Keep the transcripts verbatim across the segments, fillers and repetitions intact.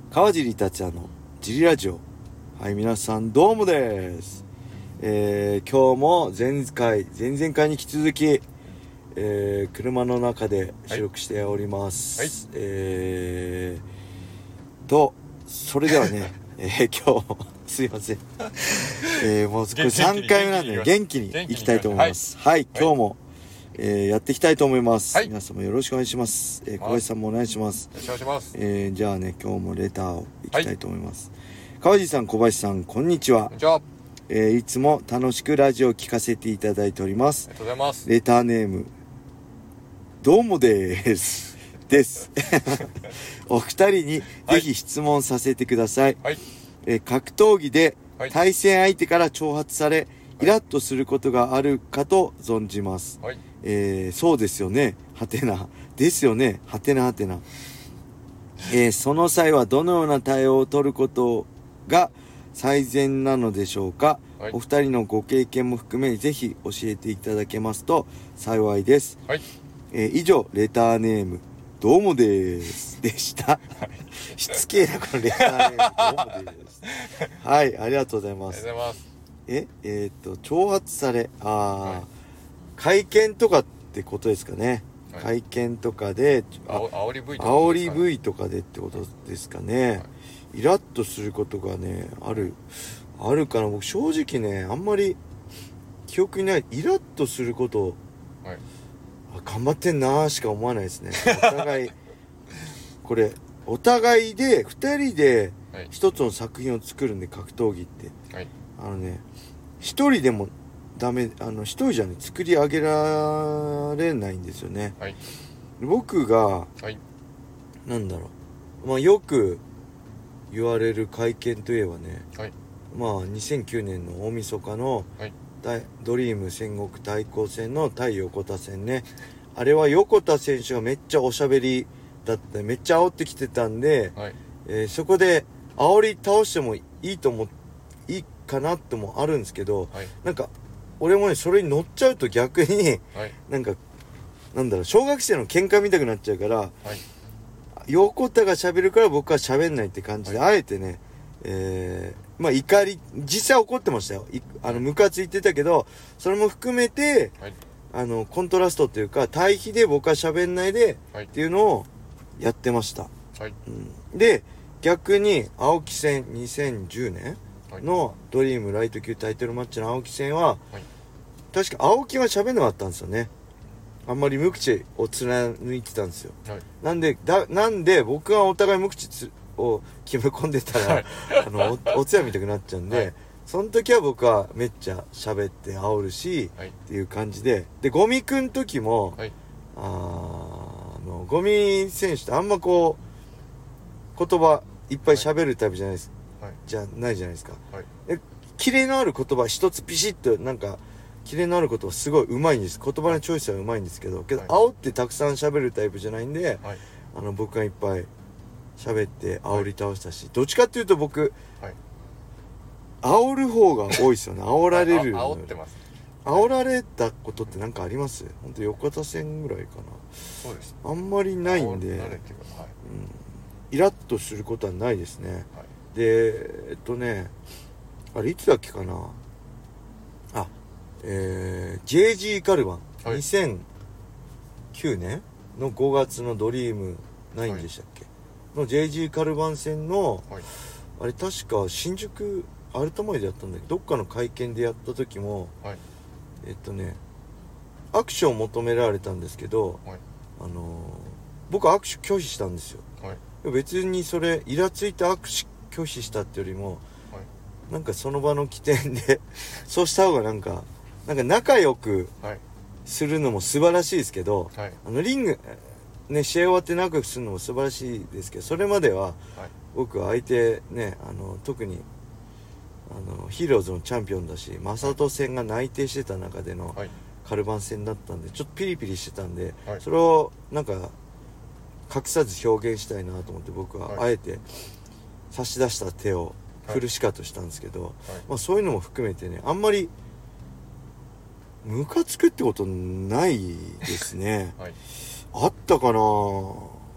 川尻達也のジリラジオ。はい、皆さんどうもです。えー、今日も前回前々回に引き続き、えー、車の中で収録しております、はいはい、えーとそれではね、えー、今日すいません、えー、もうこれさんかいめなんで元気にいきたいと思います。はい、はい、今日も、えー、やっていきたいと思います、はい、皆様よろしくお願いします、えー、小林さんもお願いします。 よろしくお願いします。 えー、じゃあね今日もレターをいきたいと思います、はい、川尻さん、小林さん、こんにちは。 こんにちは。 えー、いつも楽しくラジオを聞かせていただいております。 ありがとうございます。 レターネームどうもですですお二人にぜひ質問させてください、はい、えー、格闘技で対戦相手から挑発され、はい、イラッとすることがあるかと存じます、はい、えー、そうですよねはてなですよねはてなはてな、えー、その際はどのような対応を取ることが最善なのでしょうか、はい、お二人のご経験も含めぜひ教えていただけますと幸いです、はい、えー、以上レターネームどうもですでした、はい、しつけえなこのレターネームどうもですはいありがとうございます。 ありがとうございます。 ええー、っと挑発されあ、はい、会見とかってことですかね、はい、会見とかであおり V とか煽り V とかでってことですかね、はい、イラッとすることがねあるあるかな。僕正直ねあんまり記憶にない。イラッとすることを、はい、あ頑張ってんなーしか思わないですね。お互いこれお互いでふたりで一つの作品を作るんで、格闘技って、はい、あのね一人でもダメ、あの一人じゃね作り上げられないんですよね、はい、僕が、はい、なんだろう、まあよく言われる会見といえばね、はい、まあにせんきゅうねんの大晦日の、はい、ドリーム戦国対抗戦の対横田戦ね、あれは横田選手がめっちゃおしゃべりだっためっちゃ煽ってきてたんで、はい、えー、そこで煽り倒してもいいと思いいかなってもあるんですけど、はい、なんか俺もねそれに乗っちゃうと逆に、はい、なんかなんだろう小学生の喧嘩見たくなっちゃうから、はい、横田が喋るから僕は喋んないって感じで、はい、あえてね、えー、まあ怒り実際怒ってましたよ。あのムカついてたけどそれも含めて、はい、あのコントラストっていうか対比で僕は喋んないで、はい、っていうのをやってました、はい、うん、で逆に青木戦にせんじゅうねんのドリームライト級タイトルマッチの青木戦は、はい、確か青木は喋んなかったんですよね。あんまり無口を貫いてたんですよ、はい、なんでだなんで僕がお互い無口つを決め込んでたら、はい、あの お, おつやみたくなっちゃうんで、はい、その時は僕はめっちゃ喋って煽るし、はい、っていう感じででゴミくん時も、はい、あのゴミ選手ってあんまこう言葉いっぱい喋るタイプじゃないです、はい、じゃないじゃないですか、はい、でキレのある言葉一つピシッとなんかキレのあることはすごい上手いんです。言葉のチョイスは上手いんですけどけど、はい、煽ってたくさん喋るタイプじゃないんで、はい、あの僕がいっぱい喋って煽り倒したし、はい、どっちかっていうと僕、はい、煽る方が多いですよね。煽られるあ煽ってます。 煽られたことって何かあります？本当横田戦ぐらいかな。 そうです。 あんまりないんで、はい、うん、イラッとすることはないですね、はい、でえっとねあれいつだっけかなあえー、ジェージー カルバン、はい、にせんきゅうねんのごがつのドリームナインでしたっけ、はい、の ジェージー カルバン戦の、はい、あれ確か新宿アルタ前でやったんだけどどっかの会見でやった時も、はい、えっとね握手を求められたんですけど、はい、あのー、僕握手拒否したんですよ、はい、別にそれイラついて握手拒否したってよりも、はい、なんかその場の起点でそうした方がなんかなんか仲良くするのも素晴らしいですけど、はい、あのリングね試合終わって仲良くするのも素晴らしいですけどそれまでは、はい、僕は相手ねあの特にあのヒーローズのチャンピオンだし正人戦が内定してた中でのカルバン戦だったんでちょっとピリピリしてたんで、はい、それをなんか隠さず表現したいなと思って僕はあえて差し出した手をフルシカとしたんですけど、はいまあ、そういうのも含めてねあんまりムカつくってことないですね、はい、あったかな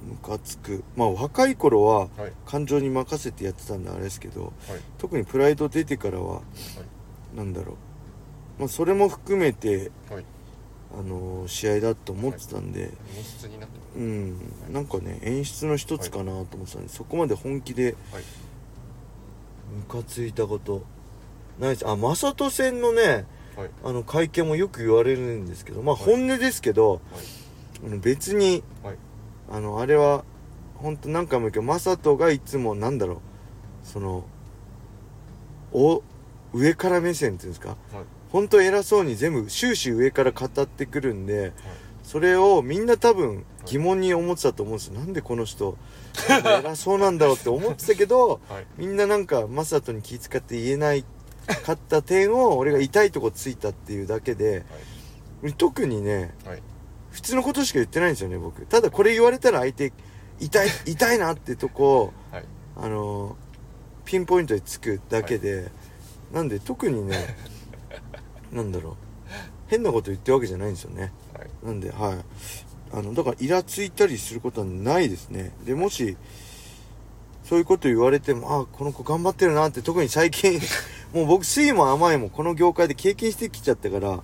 ムカつく。まあ若い頃ははい感情に任せてやってたんであれですけど、 はい特にプライド出てからは、なんだろう、まあそれも含めて、 はいあのー試合だと思ってたんで、 演出になってます。 うんなんかね演出の一つかなと思ってたんで、そこまで本気ではいムカついたことないです。あ、正人戦のねはいあの会見もよく言われるんですけど、まあはい本音ですけど、 はいあの別にはいあのあれは本当何回も言うけど正人がいつもなんだろう、そのお上から目線っていうんですか、 はい本当偉そうに全部終始上から語ってくるんで、それをみんな多分疑問に思ってたと思うんですよ。なんでこの人こんな偉そうなんだろうって思ってたけど、 はい、 みんななんか正人に気遣って言えないかった点を俺が痛いとこついたっていうだけで、はい、特にね、はい、普通のことしか言ってないんですよね僕。ただこれ言われたら相手痛い痛いなってとこ、はい、あのピンポイントでつくだけで、はい、なんで特にねなんだろう変なこと言ってるわけじゃないんですよね、はい、なんではいあのだからイラついたりすることはないですね。でもしそういうこと言われても、あこの子頑張ってるなって、特に最近もう僕酸いも甘いもこの業界で経験してきちゃったから、はい、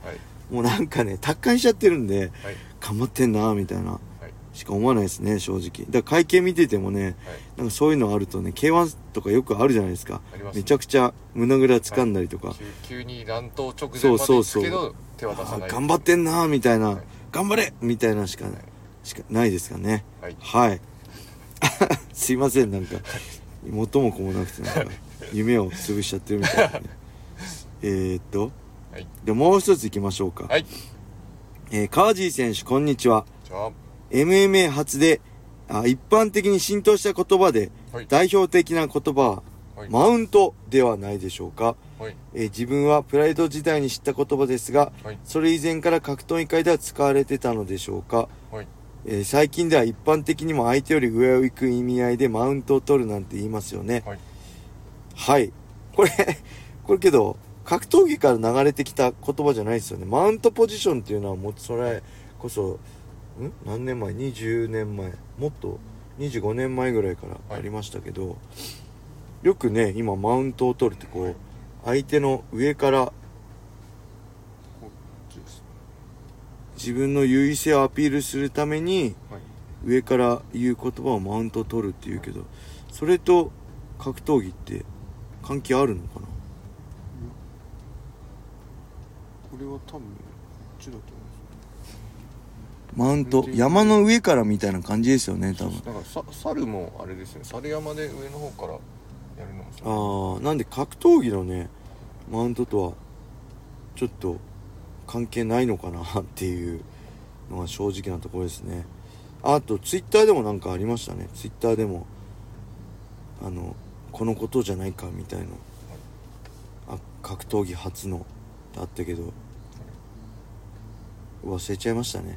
もうなんかね達観しちゃってるんで、はい、頑張ってんなみたいな、はい、しか思わないですね正直。だから会見見ててもね、はい、なんかそういうのあるとね ケーワン とかよくあるじゃないですか。めちゃくちゃ胸ぐら掴んだりとか、はい、 急に乱闘直前まで行くけど手は出さない。 頑張ってんなみたいな、はい、頑張れみたいなしかない、はい、しかないですかね。はい、はいすいませんなんか元も子もなくてなんか夢を潰しちゃってるみたいなねえーっと、はい、でもう一ついきましょうか。はい、えー、川尻選手こんにちは。エムエムエー 初であ一般的に浸透した言葉で、はい、代表的な言葉は、はい、マウントではないでしょうか。はい、えー、自分はプライド時代に知った言葉ですが、はい、それ以前から格闘技界では使われてたのでしょうか。はい、えー、最近では一般的にも相手より上を行く意味合いでマウントを取るなんて言いますよね。はい、はい、これこれけど格闘技から流れてきた言葉じゃないですよね。マウントポジションっていうのはもうそれこそん何年前にじゅうねんまえもっとにじゅうごねんまえぐらいからありましたけど、はい、よくね今マウントを取るってこう、はい、相手の上から自分の優位性をアピールするために、はい、上から言う言葉をマウントを取るっていうけど、それと格闘技って関係あるのかな。 これは多分こっちだと思う。 マウント山の上からみたいな感じですよね多分。 だからさ猿もあれですね、猿山で上の方からやるのもそう。ああなんで格闘技のねマウントとはちょっと関係ないのかなっていうのが正直なところですね。あとツイッターでもなんかありましたね。ツイッターでもあのこのことじゃないかみたいな、あ格闘技初のってあったけど忘れちゃいましたね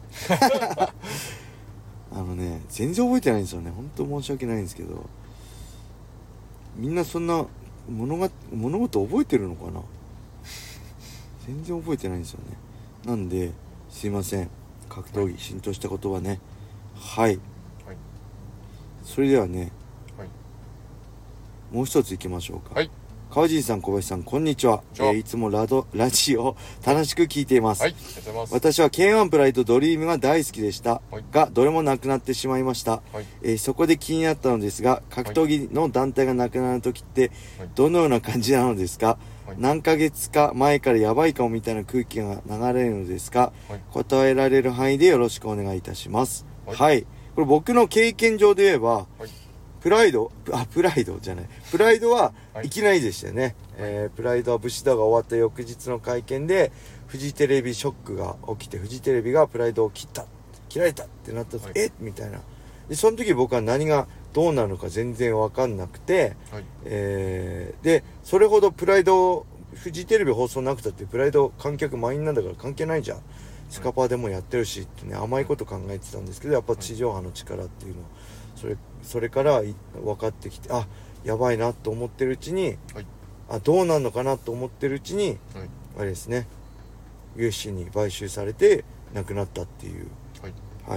あのね全然覚えてないんですよね。本当申し訳ないんですけど、みんなそんな物が物事覚えてるのかな。全然覚えてないんですよね。なんですいません格闘技浸透した言葉ね。はい、はい、それではね、はい、もう一ついきましょうか。はい、川尻さん小林さんこんにちは。えー、いつもラドラジオ楽しく聞いています。はい、ありがとうございます。私は ケーワン プライドドリームが大好きでした、はい、がどれもなくなってしまいました。はい、えー、そこで気になったのですが、格闘技の団体がなくなる時ってどのような感じなのですか。はい、何ヶ月か前からやばいかもみたいな空気が流れるのですか。はい、答えられる範囲でよろしくお願いいたします。はい、はい、これ僕の経験上で言えば、はい、プライドあプライドじゃないプライドはいきなりでしたよね。はい、えー、プライドは武士道が終わった翌日の会見でフジテレビショックが起きて、フジテレビがプライドを切った切られたってなったと、はい、えみたいな。でその時僕は何がどうなるのか全然分かんなくて、はい、えー、でそれほどプライドフジテレビ放送なくたってプライド観客満員なんだから関係ないじゃん、スカパーでもやってるしってね甘いこと考えてたんですけど、やっぱ地上波の力っていうのそれそれから分かってきて、あやばいなと思ってるうちに、はい、あどうなんのかなと思ってるうちに、はい、あれですね ユーエフシー に買収されて亡くなったっていう、はい、はい、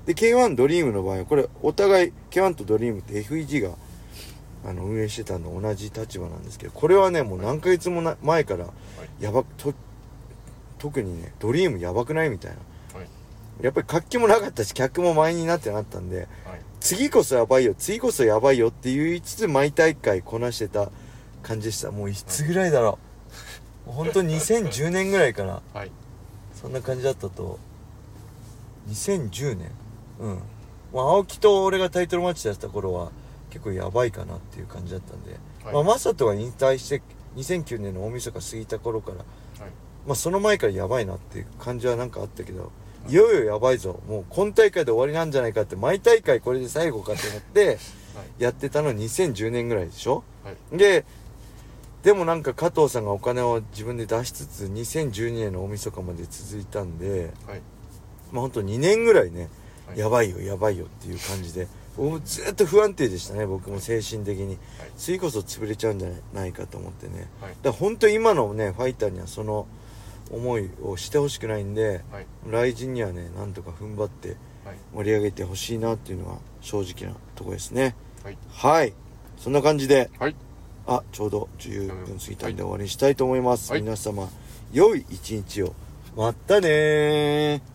で ケーワン ドリームの場合はこれお互い ケーワン とドリームって エフイージー があの運営してたの同じ立場なんですけど、これはねもう何ヶ月もな前からやばと特にねドリームやばくないみたいな、やっぱり活気もなかったし客も満員になってなったんで、はい、次こそやばいよ次こそやばいよって言いつつ毎大会こなしてた感じでした。もういつぐらいだろう、本当ににせんじゅうねんぐらいかな、はい、そんな感じだったと。にせんじゅうねん、うん、まあ、青木と俺がタイトルマッチやった頃は結構やばいかなっていう感じだったんで、はい、まあ、マサトが引退してにせんきゅうねんの大晦日過ぎた頃から、はい、まあその前からやばいなっていう感じはなんかあったけど、いよいよやばいぞもう今大会で終わりなんじゃないかって、毎大会これで最後かと思ってやってたのにせんじゅうねんぐらいでしょ、はい、ででもなんか加藤さんがお金を自分で出しつつにせんじゅうにねんの大晦日まで続いたんで、はい、まあほんとにねんぐらいね、はい、やばいよやばいよっていう感じで僕ずっと不安定でしたね。僕も精神的に、はい、次こそ潰れちゃうんじゃないかと思ってね、はい、だから本当今のねファイターにはその思いをしてほしくないんで、はい、来人にはねなんとか踏ん張って盛り上げてほしいなっていうのが正直なところですね。はい、はい、そんな感じで、はい、あちょうどじゅっぷん過ぎたんで終わりにしたいと思います。はい、皆様良い一日を。またねー。